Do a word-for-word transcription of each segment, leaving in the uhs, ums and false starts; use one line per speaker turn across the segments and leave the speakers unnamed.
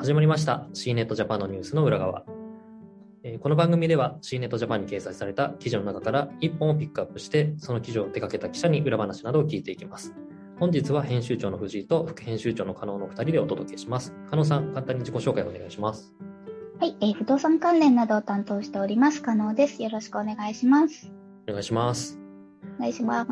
始まりました シーネットジャパンのニュースの裏側。えー、この番組では シーネットジャパンに掲載された記事の中からいっぽんをピックアップして、その記事を手掛けた記者に裏話などを聞いていきます。本日は編集長の藤井と副編集長の加納のふたりでお届けします。加納さん、簡単に自己紹介をお願いします。
はい、えー、不動産関連などを担当しております加納です。よろしくお願いします。
お願いします。
お願いします。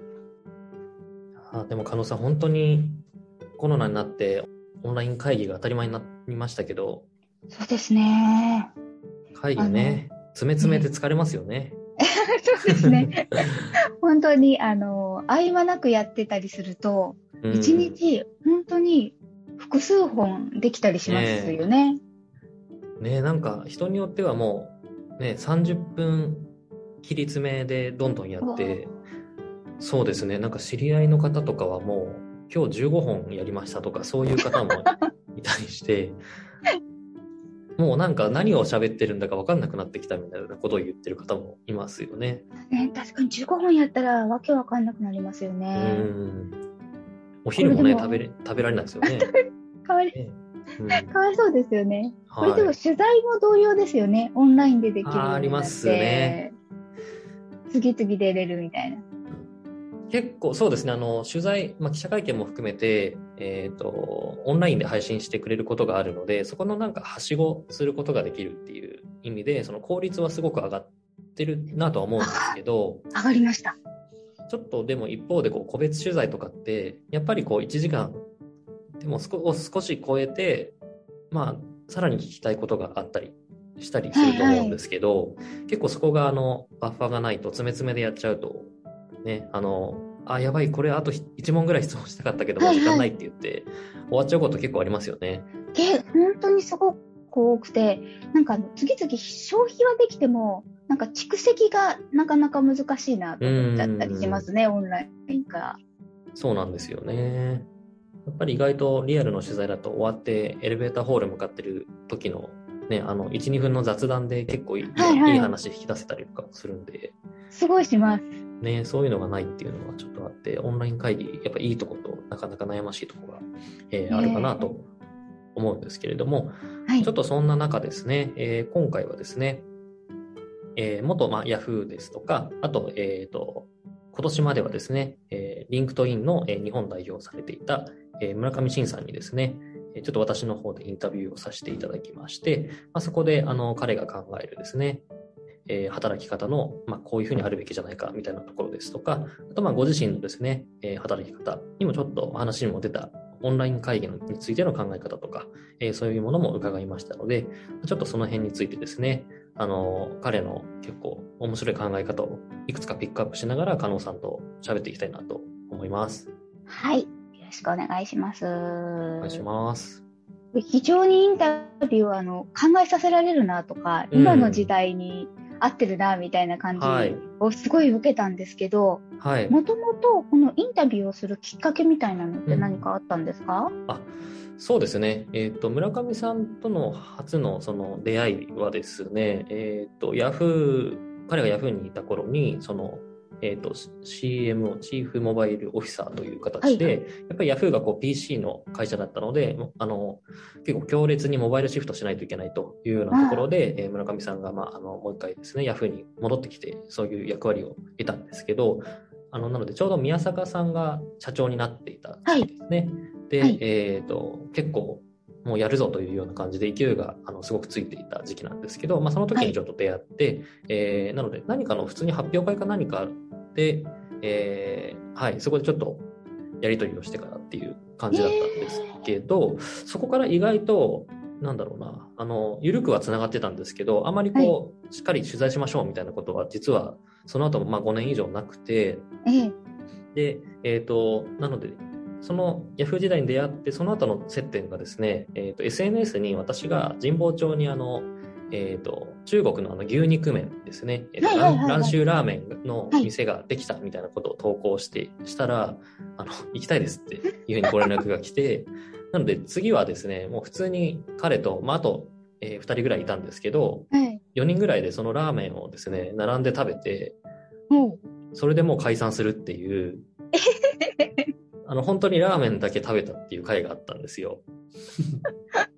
あ、でも加納さん、本当にコロナになってオンライン会議が当たり前になりましたけど。
そうですね。
会議ね、詰め詰めて疲れますよね。
そうですね。本当にあの合間なくやってたりすると、一、うん、日本当に複数本できたりしますよね。ね
え、ねえ、なんか人によってはもうねさんじゅっぷん切り詰めでどんどんやって、そうですね。なんか知り合いの方とかはもう今日じゅうごほんやりましたとか、そういう方もいたりしてもうなんか何を喋ってるんだか分かんなくなってきたみたいなことを言ってる方もいますよね。
ね、確かにじゅうごほんやったらわけ分かんなくなりますよね。
うん。お昼もねも食べれ食べられないですよね。
かわい、ねうん、かわいそうですよね。はい、これでも取材も同様ですよね。オンラインでできるようになって。あ、ありますね。次々出れるみたいな。
結構そうですね、あの取材、まあ、記者会見も含めて、えーと、オンラインで配信してくれることがあるので、そこのなんかはしごすることができるっていう意味で、その効率はすごく上がってるなとは思うんですけど、
上がりました。
ちょっとでも一方でこう個別取材とかってやっぱりこういちじかんでも少し超えて、まあさらに聞きたいことがあったりしたりすると思うんですけど、はいはい、結構そこがあのバッファーがないと詰め詰めでやっちゃうとね、あのあやばいこれあといち問ぐらい質問したかったけどもう時間ないって言って、はいはい、終わっちゃうこと結構ありますよね。
で本当にすごく多くて、なんか次々消費はできてもなんか蓄積がなかなか難しいなと思っちゃったりしますね、オンラインから。
そうなんですよね。やっぱり意外とリアルの取材だと終わってエレベーターホール向かってる時のね、あのいち、にふんの雑談で結構いい、はいはい、いい話引き出せたりとかするんで、
すごいします
ね。そういうのがないっていうのはちょっとあって、オンライン会議やっぱいいとことなかなか悩ましいところが、えー、あるかなと思うんですけれども、はい、ちょっとそんな中ですね、えー、今回はですね、えー、元、まあ、Yahoo ですとか、あと、えっと、今年まではですね、えー、リンクトインの、えー、日本代表をされていた、えー、村上真さんにですね、ちょっと私の方でインタビューをさせていただきまして、まあ、そこであの彼が考えるですね、えー、働き方の、まあ、こういうふうにあるべきじゃないかみたいなところですとか、あとまあご自身のですね、えー、働き方にもちょっと話にも出たオンライン会議についての考え方とか、えー、そういうものも伺いましたので、ちょっとその辺についてですね、あの彼の結構面白い考え方をいくつかピックアップしながら加納さんと喋っていきたいなと思います。
はい、よろしくお願いします。
お願いします。
非常にインタビューはあの考えさせられるなとか、今の時代に合ってるなみたいな感じをすごい受けたんですけど、もともとこのインタビューをするきっかけみたいなのって何かあったんですか？
うん、あ、そうですね。えっと、村上さんとの初のその出会いはですね、えっと、ヤフー、彼がヤフーにいた頃に、その、えっと、シーエムオー、チーフモバイルオフィサーという形で、はい、やっぱりヤフーがこう ピーシー の会社だったので、あの、結構強烈にモバイルシフトしないといけないというようなところで、えー、村上さんが、まあ、あの、もう一回ですね、ヤフーに戻ってきて、そういう役割を得たんですけど、あの、なのでちょうど宮坂さんが社長になっていた時期ですね。はい、で、はい、えっと、結構、もうやるぞというような感じで勢いがあのすごくついていた時期なんですけど、まあ、その時にちょっと出会って、はい、えー、なので何かの普通に発表会か何かで、えー、はい、そこでちょっとやり取りをしてからっていう感じだったんですけど、えー、そこから意外となんだろうな、あの緩くはつながってたんですけど、あまりこう、はい、しっかり取材しましょうみたいなことは実はその後もまあごねん以上なくて、えー、で、えっと、なのでそのヤフー時代に出会ってその後の接点がですね、えー、と エスエヌエス に私が神保町にあの、えー、と中国のあの牛肉麺ですね、えーとはいはいはいはい、蘭州ラーメンの店ができたみたいなことを投稿してしたら、あの行きたいですっていうふうにご連絡が来てなので次はですね、もう普通に彼と、まあ、あと、えー、ふたりぐらいいたんですけど、はい、よにんぐらいでそのラーメンをですね並んで食べて、うん、それでもう解散するっていうあの本当にラーメンだけ食べたっていう回があったんですよ。
それ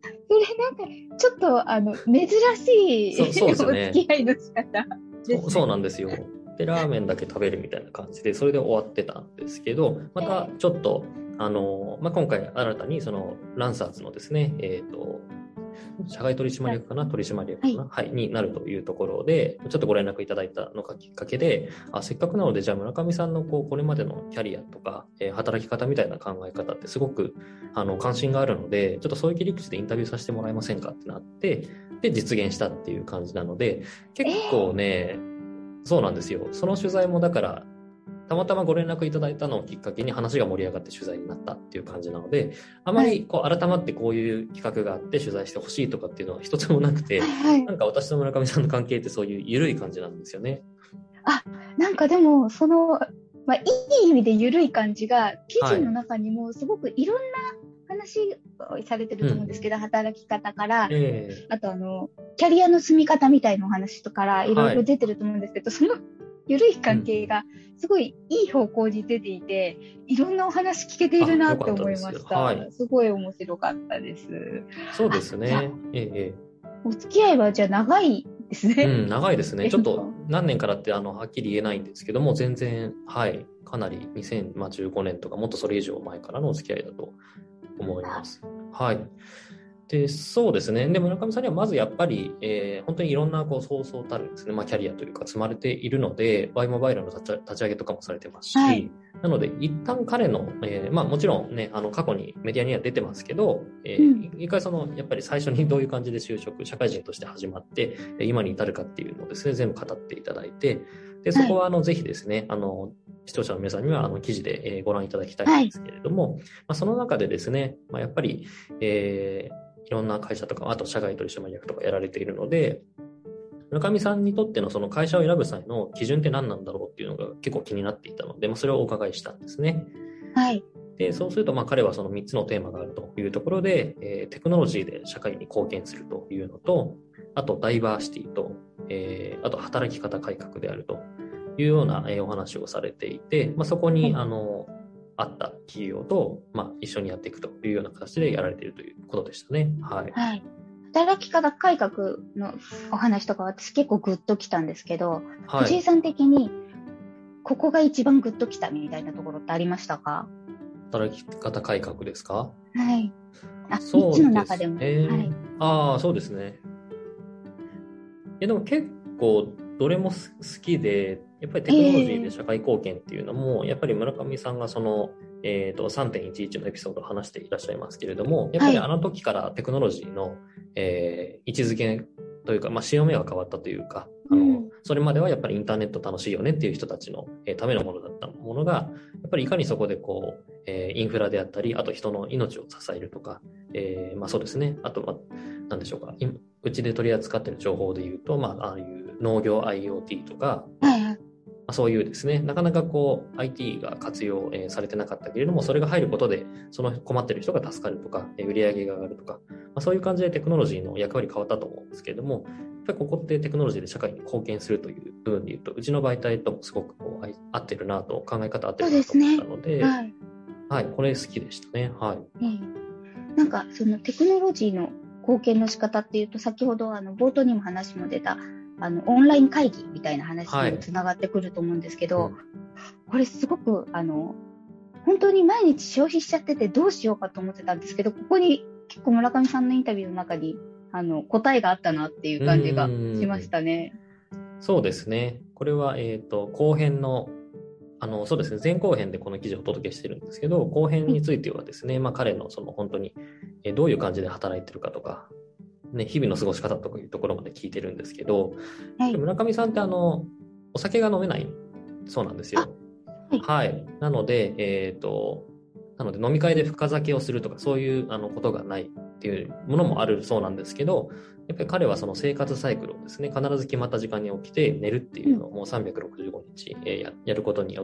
なんかちょっとあの珍しい
そうそうですね、
お付き合いの仕方ですね。
そう、そうなんですよ。でラーメンだけ食べるみたいな感じでそれで終わってたんですけど、またちょっと、あのまあ、今回新たにそのランサーズのですね、えーと社外取締役かな、取締役かな、はい、はい、になるというところで、ちょっとご連絡いただいたのがきっかけで、あ、せっかくなので、じゃあ村上さんのこうこれまでのキャリアとか、えー、働き方みたいな考え方ってすごくあの関心があるので、ちょっとそういう切り口でインタビューさせてもらえませんかってなって、で、実現したっていう感じなので、結構ね、えー、そうなんですよ。その取材もだから、たまたまご連絡いただいたのをきっかけに話が盛り上がって取材になったっていう感じなので、あまりこう改まってこういう企画があって取材してほしいとかっていうのは一つもなくて、はい、なんか私と村上さんの関係ってそういう緩い感じなんですよね。
あ、なんかでもその、まあ、いい意味で緩い感じが記事の中にもすごくいろんな話をされてると思うんですけど、うん、働き方から、えー、あとあのキャリアの積み方みたいなお話とからいろいろ出てると思うんですけど、はい、その緩い関係がすごいいい方向に出ていて、うん、いろんなお話聞けているなって思いました。はい、すごい面白かったです。
そうですね。ええ、
お付き合いはじゃあ長いですね。
うん、長いですね。ちょっと何年からってあのはっきり言えないんですけども、全然、はい、かなりにせんじゅうごねんとかもっとそれ以上前からのお付き合いだと思います。はい。で、そうですね。で、村上さんにはまずやっぱり、えー、本当にいろんなこうそうそうたるですね、まあ、キャリアというか積まれているので、ワイモバイルの立ち、立ち上げとかもされてますし、はい、なので一旦彼の、えー、まあもちろんね、あの過去にメディアには出てますけど、えーうん、一回その、やっぱり最初にどういう感じで就職、社会人として始まって、今に至るかっていうのをですね、全部語っていただいて、で、そこはあの、はい、ぜひですね、あの、視聴者の皆さんにはあの記事でご覧いただきたいんですけれども、はい、まあ、その中でですね、まあ、やっぱり、えーいろんな会社とか、あと社外取締役とかやられているので、村上さんにとってのその会社を選ぶ際の基準って何なんだろうっていうのが結構気になっていたので、まあ、それをお伺いしたんですね。
はい。
で、そうすると、まあ彼はそのみっつのテーマがあるというところで、えー、テクノロジーで社会に貢献するというのと、あとダイバーシティと、えー、あと働き方改革であるというような、えー、お話をされていて、まあ、そこに、あの、あった企業と、まあ、一緒にやっていくというような形でやられているということでしたね。はい。
はい。働き方改革のお話とか私結構グッときたんですけど、はい、藤井さん的にここが一番グッときたみたいなところってありましたか？
働き方改革ですか？
はい。あ、
そうですね。みっつの中でも。はい、ああ、そうですね。いやでも結構どれも好きで、やっぱりテクノロジーで社会貢献っていうのも、えー、やっぱり村上さんがその、えーと、さんてんいちいち のエピソードを話していらっしゃいますけれども、やっぱりあの時からテクノロジーの、えー、位置づけというか、まあ、潮目が変わったというか、あの、うん、それまではやっぱりインターネット楽しいよねっていう人たちの、えー、ためのものだったものが、やっぱりいかにそこでこう、えー、インフラであったり、あと人の命を支えるとか、えー、まあそうですね、あと、まあ、なんでしょうか、うちで取り扱っている情報で言うと、まあ、ああいう農業 アイオーティー とか、はいはい、まあ、そういうですね、なかなかこう アイティー が活用、えー、されてなかったけれども、それが入ることで、その困っている人が助かるとか、えー、売り上げが上がるとか、まあ、そういう感じでテクノロジーの役割変わったと思うんですけれども、やっぱりここってテクノロジーで社会に貢献するという部分で言うと、うちの媒体ともすごくこう合ってるなと、考え方合ってるなと思ったので、はい、はい、これ好きでしたね。はい。
うん、なんかそのテクノロジーの貢献の仕方っていうと、先ほどあの冒頭にも話も出たあのオンライン会議みたいな話につながってくると思うんですけど、はい、うん、これすごくあの本当に毎日消費しちゃっててどうしようかと思ってたんですけど、ここに結構村上さんのインタビューの中にあの答えがあったなっていう感じがしましたね。
そうですね。これは、えーと、後編のあのそうですね、前後編でこの記事をお届けしてるんですけど、後編についてはですね、まあ、彼のその本当にえどういう感じで働いてるかとか、ね、日々の過ごし方とかいうところまで聞いてるんですけど、はい、村上さんってあのお酒が飲めないそうなんですよ。はい、はい。なので、えっと、なので飲み会で深酒をするとかそういうあのことがないっていうものもあるそうなんですけど、やっぱり彼はその生活サイクルをですね、必ず決まった時間に起きて寝るっていうのをもうさんびゃくろくじゅうごにち、えー、や, やることによって、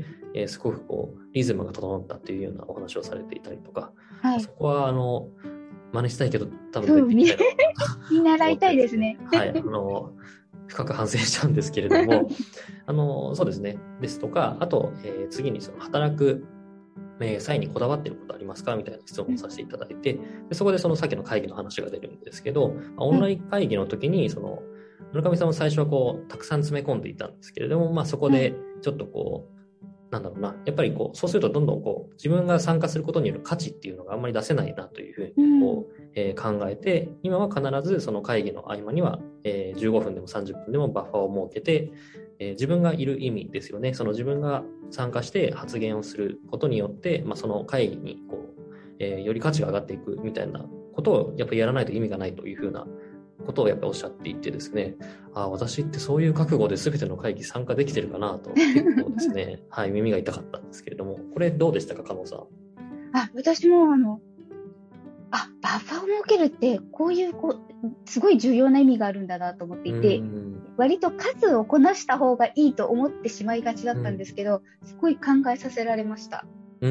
えー、すごくこうリズムが整ったっていうようなお話をされていたりとか、はい、そこはあの真似したいけど多分できない
見習いたいですね。
はい、あの深く反省したんですけれどもあのそうですねですとか、あと、えー、次にその働くえー、際にこだわっていることありますかみたいな質問をさせていただいて、でそこでそのさっきの会議の話が出るんですけど、オンライン会議の時に、その、村上さんも最初はこう、たくさん詰め込んでいたんですけれども、まあそこでちょっとこう、なんだろうな、やっぱりこう、そうするとどんどんこう、自分が参加することによる価値っていうのがあんまり出せないなというふうにこう、えー、考えて、今は必ずその会議の合間には、えー、じゅうごふんでもさんじゅっぷんでもバッファーを設けて、えー、自分がいる意味ですよね。その自分が参加して発言をすることによって、まあ、その会議にこう、えー、より価値が上がっていくみたいなことをやっぱりやらないと意味がないというふうなことをやっぱりおっしゃっていてですね、あ、私ってそういう覚悟で全ての会議参加できてるかなと結構ですね、はい、耳が痛かったんですけれども、これどうでしたか、加納さん。
あ、私もあの、あ、バッファーを設けるってこういうこうすごい重要な意味があるんだなと思っていて、割と数をこなした方がいいと思ってしまいがちだったんですけど、すごい考えさせられました。
うん。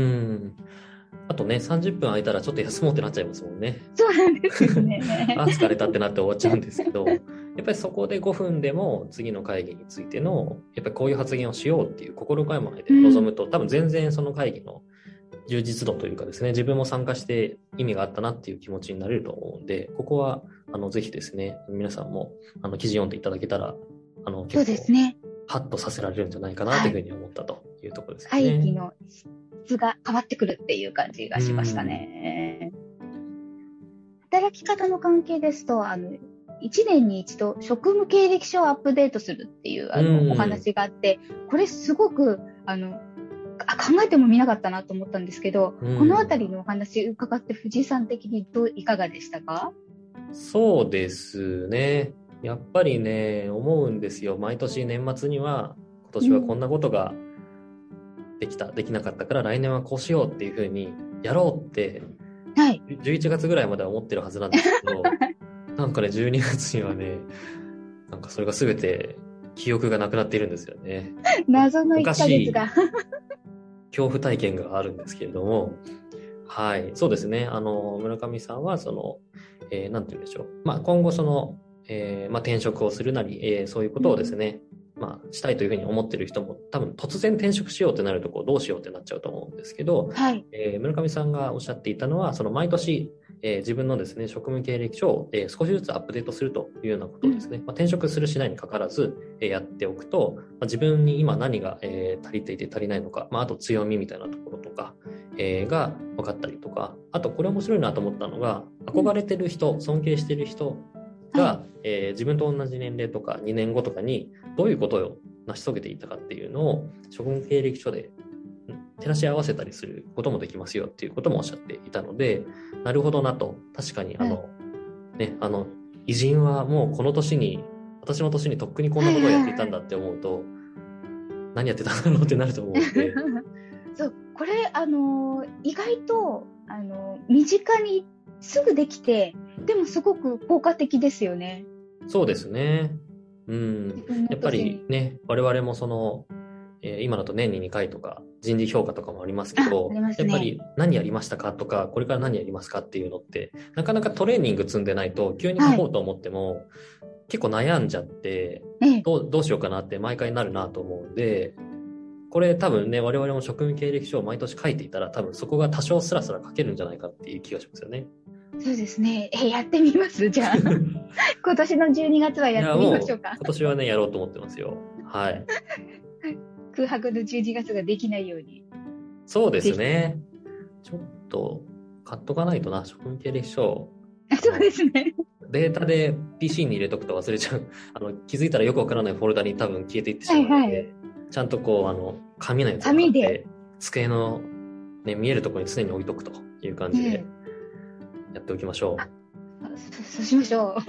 あとね、さんじゅっぷん空いたらちょっと休もうってなっちゃいますもんね。
そうなんですよね。
あ、疲れたってなって終わっちゃうんですけど、やっぱりそこでごふんでも次の会議についての、やっぱりこういう発言をしようっていう心構えで臨むと、うん、多分全然その会議の充実度というかですね、自分も参加して意味があったなっていう気持ちになれると思うんで、ここはあのぜひですね、皆さんもあの記事読んでいただけたら、あの結構そうですね、ハッとさせられるんじゃないかなというふうに思ったというところですね。
会議の質が変わってくるっていう感じがしましたね。働き方の関係ですと、あのいちねんに一度職務経歴書をアップデートするっていうあのお話があって、これすごくあのあ考えてもみなかったなと思ったんですけど、うん、このあたりのお話伺って藤井さん的にどういかがでしたか？
そうですね。やっぱりね、思うんですよ。毎年年末には今年はこんなことができた、うん、できなかったから来年はこうしようっていうふうにやろうって、はい、じゅういちがつぐらいまでは思ってるはずなんですけどなんかね、じゅうにがつにはね、なんかそれが全て記憶がなくなっているんですよね。
謎のいっかげつが
恐怖体験があるんですけれども、はい、そうですね。あの、村上さんは、その、えー、なんて言うんでしょう。まあ、今後その、えー、まあ、転職をするなり、えー、そういうことをですね、うん、まあ、したいというふうに思っている人も、多分突然転職しようってなると、こう、どうしようってなっちゃうと思うんですけど、はい、えー、村上さんがおっしゃっていたのは、その毎年、えー、自分のですね、職務経歴書を、えー、少しずつアップデートするというようなことをですね、まあ、転職するしないにかかわらず、えー、やっておくと、まあ、自分に今何が、えー、足りていて足りないのか、まあ、あと強みみたいなところとか、えー、が分かったりとか、あとこれ面白いなと思ったのが、憧れてる人、尊敬してる人が、はい、えー、自分と同じ年齢とかにねんごとかにどういうことを成し遂げていたかっていうのを職務経歴書で照らし合わせたりすることもできますよっていうこともおっしゃっていたので、なるほどなと。確かにあの、はい、ね、あの偉人はもうこの年に、私の年にとっくにこんなことをやっていたんだって思うと、はいはいはい、何やってたんだろうってなると思うので
そうこれあの意外とあの身近にすぐできて、でもすごく効果的ですよね。
そうですね。うん。やっぱりね、我々もその、えー、今だと年ににかいとか人事評価とかもありますけど、ね、やっぱり何やりましたかとか、これから何やりますかっていうのって、なかなかトレーニング積んでないと、急に書こうと思っても、はい、結構悩んじゃって、どう、どうしようかなって毎回なるなと思うんで、これ多分ね、我々も職務経歴書を毎年書いていたら、多分そこが多少スラスラ書けるんじゃないかっていう気がしますよね。
そうですね。え、やってみますじゃあ。今年のじゅうにがつはやってみましょうか。
今年はね、やろうと思ってますよ。はい。
空白のじゅうにがつができないように。
そうですね。ちょっと買っとかないとな、職務経歴書。
そうですね。
データで ピーシー に入れとくと忘れちゃう。あの、気づいたらよくわからないフォルダに多分消えていってしまうので、はいはい、ちゃんとこう、あの、紙のやつを買って、机の、ね、見えるところに常に置いとくという感じでやっておきましょう。
うん、そ, そうしましょう。はい、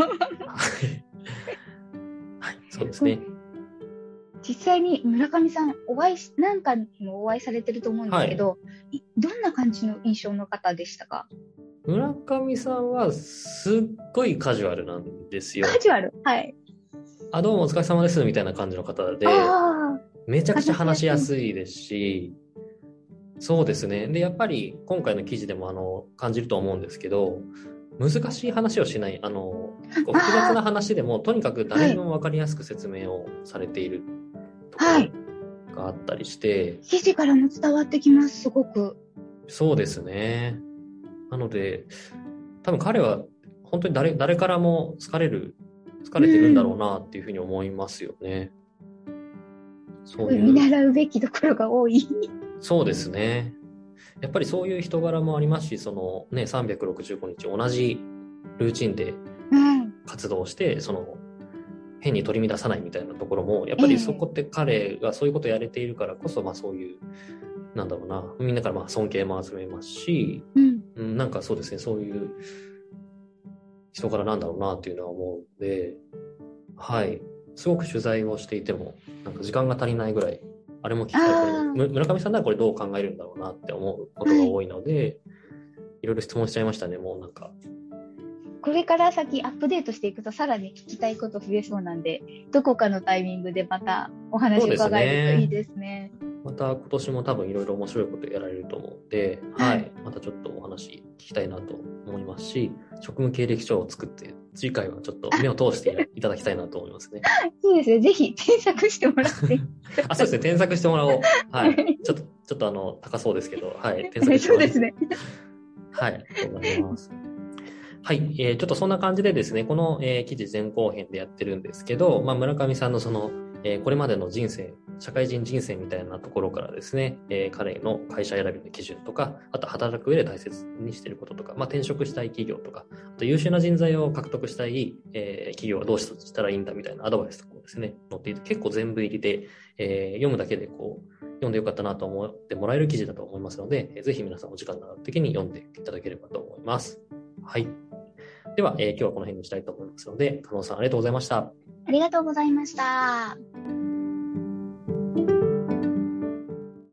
そうですね。
実際に村上さん、お会いし、何回もお会いされてると思うんですけど、はい、どんな感じの印象の方でしたか？
村上さんはすっごいカジュアルなんですよ。
カジュアル？はい。
あ、どうもお疲れ様ですみたいな感じの方で、めちゃくちゃ話しやすいですし、そうですね。で、やっぱり今回の記事でもあの感じると思うんですけど、難しい話をしない、あの、複雑な話でもとにかく誰にも分かりやすく説明をされているところがあったりして、
はい、記事からも伝わってきます、すごく。
そうですね。なので、多分彼は本当に誰、誰からも好かれる、好かれてるんだろうなっていうふうに思いますよね。
うん、そういう。見習うべきところが多い。
そうですね。やっぱりそういう人柄もありますし、そのね、さんびゃくろくじゅうごにち同じルーチンで活動して、うん、その、変に取り乱さないみたいなところも、やっぱりそこって彼がそういうことをやれているからこそ、まあそういう、なんだろうな、みんなからまあ尊敬も集めますし、
うん
うん、なんかそうですね、そういう人柄なんだろうなっていうのは思うので、はい、すごく取材をしていても、なんか時間が足りないぐらい、あれも聞きたい、これ村上さんならこれどう考えるんだろうなって思うことが多いので、はい、いろいろ質問しちゃいましたね、もうなんか。
これから先アップデートしていくとさらに聞きたいこと増えそうなんで、どこかのタイミングでまたお話伺えるといいですね。
また今年も多分いろいろ面白いことやられると思うので、はい、はい、またちょっとお話聞きたいなと思いますし、職務経歴書を作って次回はちょっと目を通していただきたいなと思いますね。
そうですね、ぜひ添削してもらって
あ、そうですね、添削してもらおう。はい、ちょっとちょっとあの高そうですけど、はい、添削してもらいます。
そうですね。
はい、ありがとうございます。はい、えー、ちょっとそんな感じでですね、この、えー、記事前後編でやってるんですけど、まあ、村上さんのその、えー、これまでの人生、社会人人生みたいなところからですね、えー、彼の会社選びの基準とか、あと働く上で大切にしていることとか、まあ、転職したい企業とか、あと優秀な人材を獲得したい、えー、企業はどうしたらいいんだみたいなアドバイスとかもですね、載っていて、結構全部入りで、えー、読むだけでこう、読んでよかったなと思ってもらえる記事だと思いますので、えー、ぜひ皆さんお時間のある時に読んでいただければと思います。はい。では、えー、今日はこの辺にしたいと思いますので、加納さんありがとうございました。
ありがとうございました。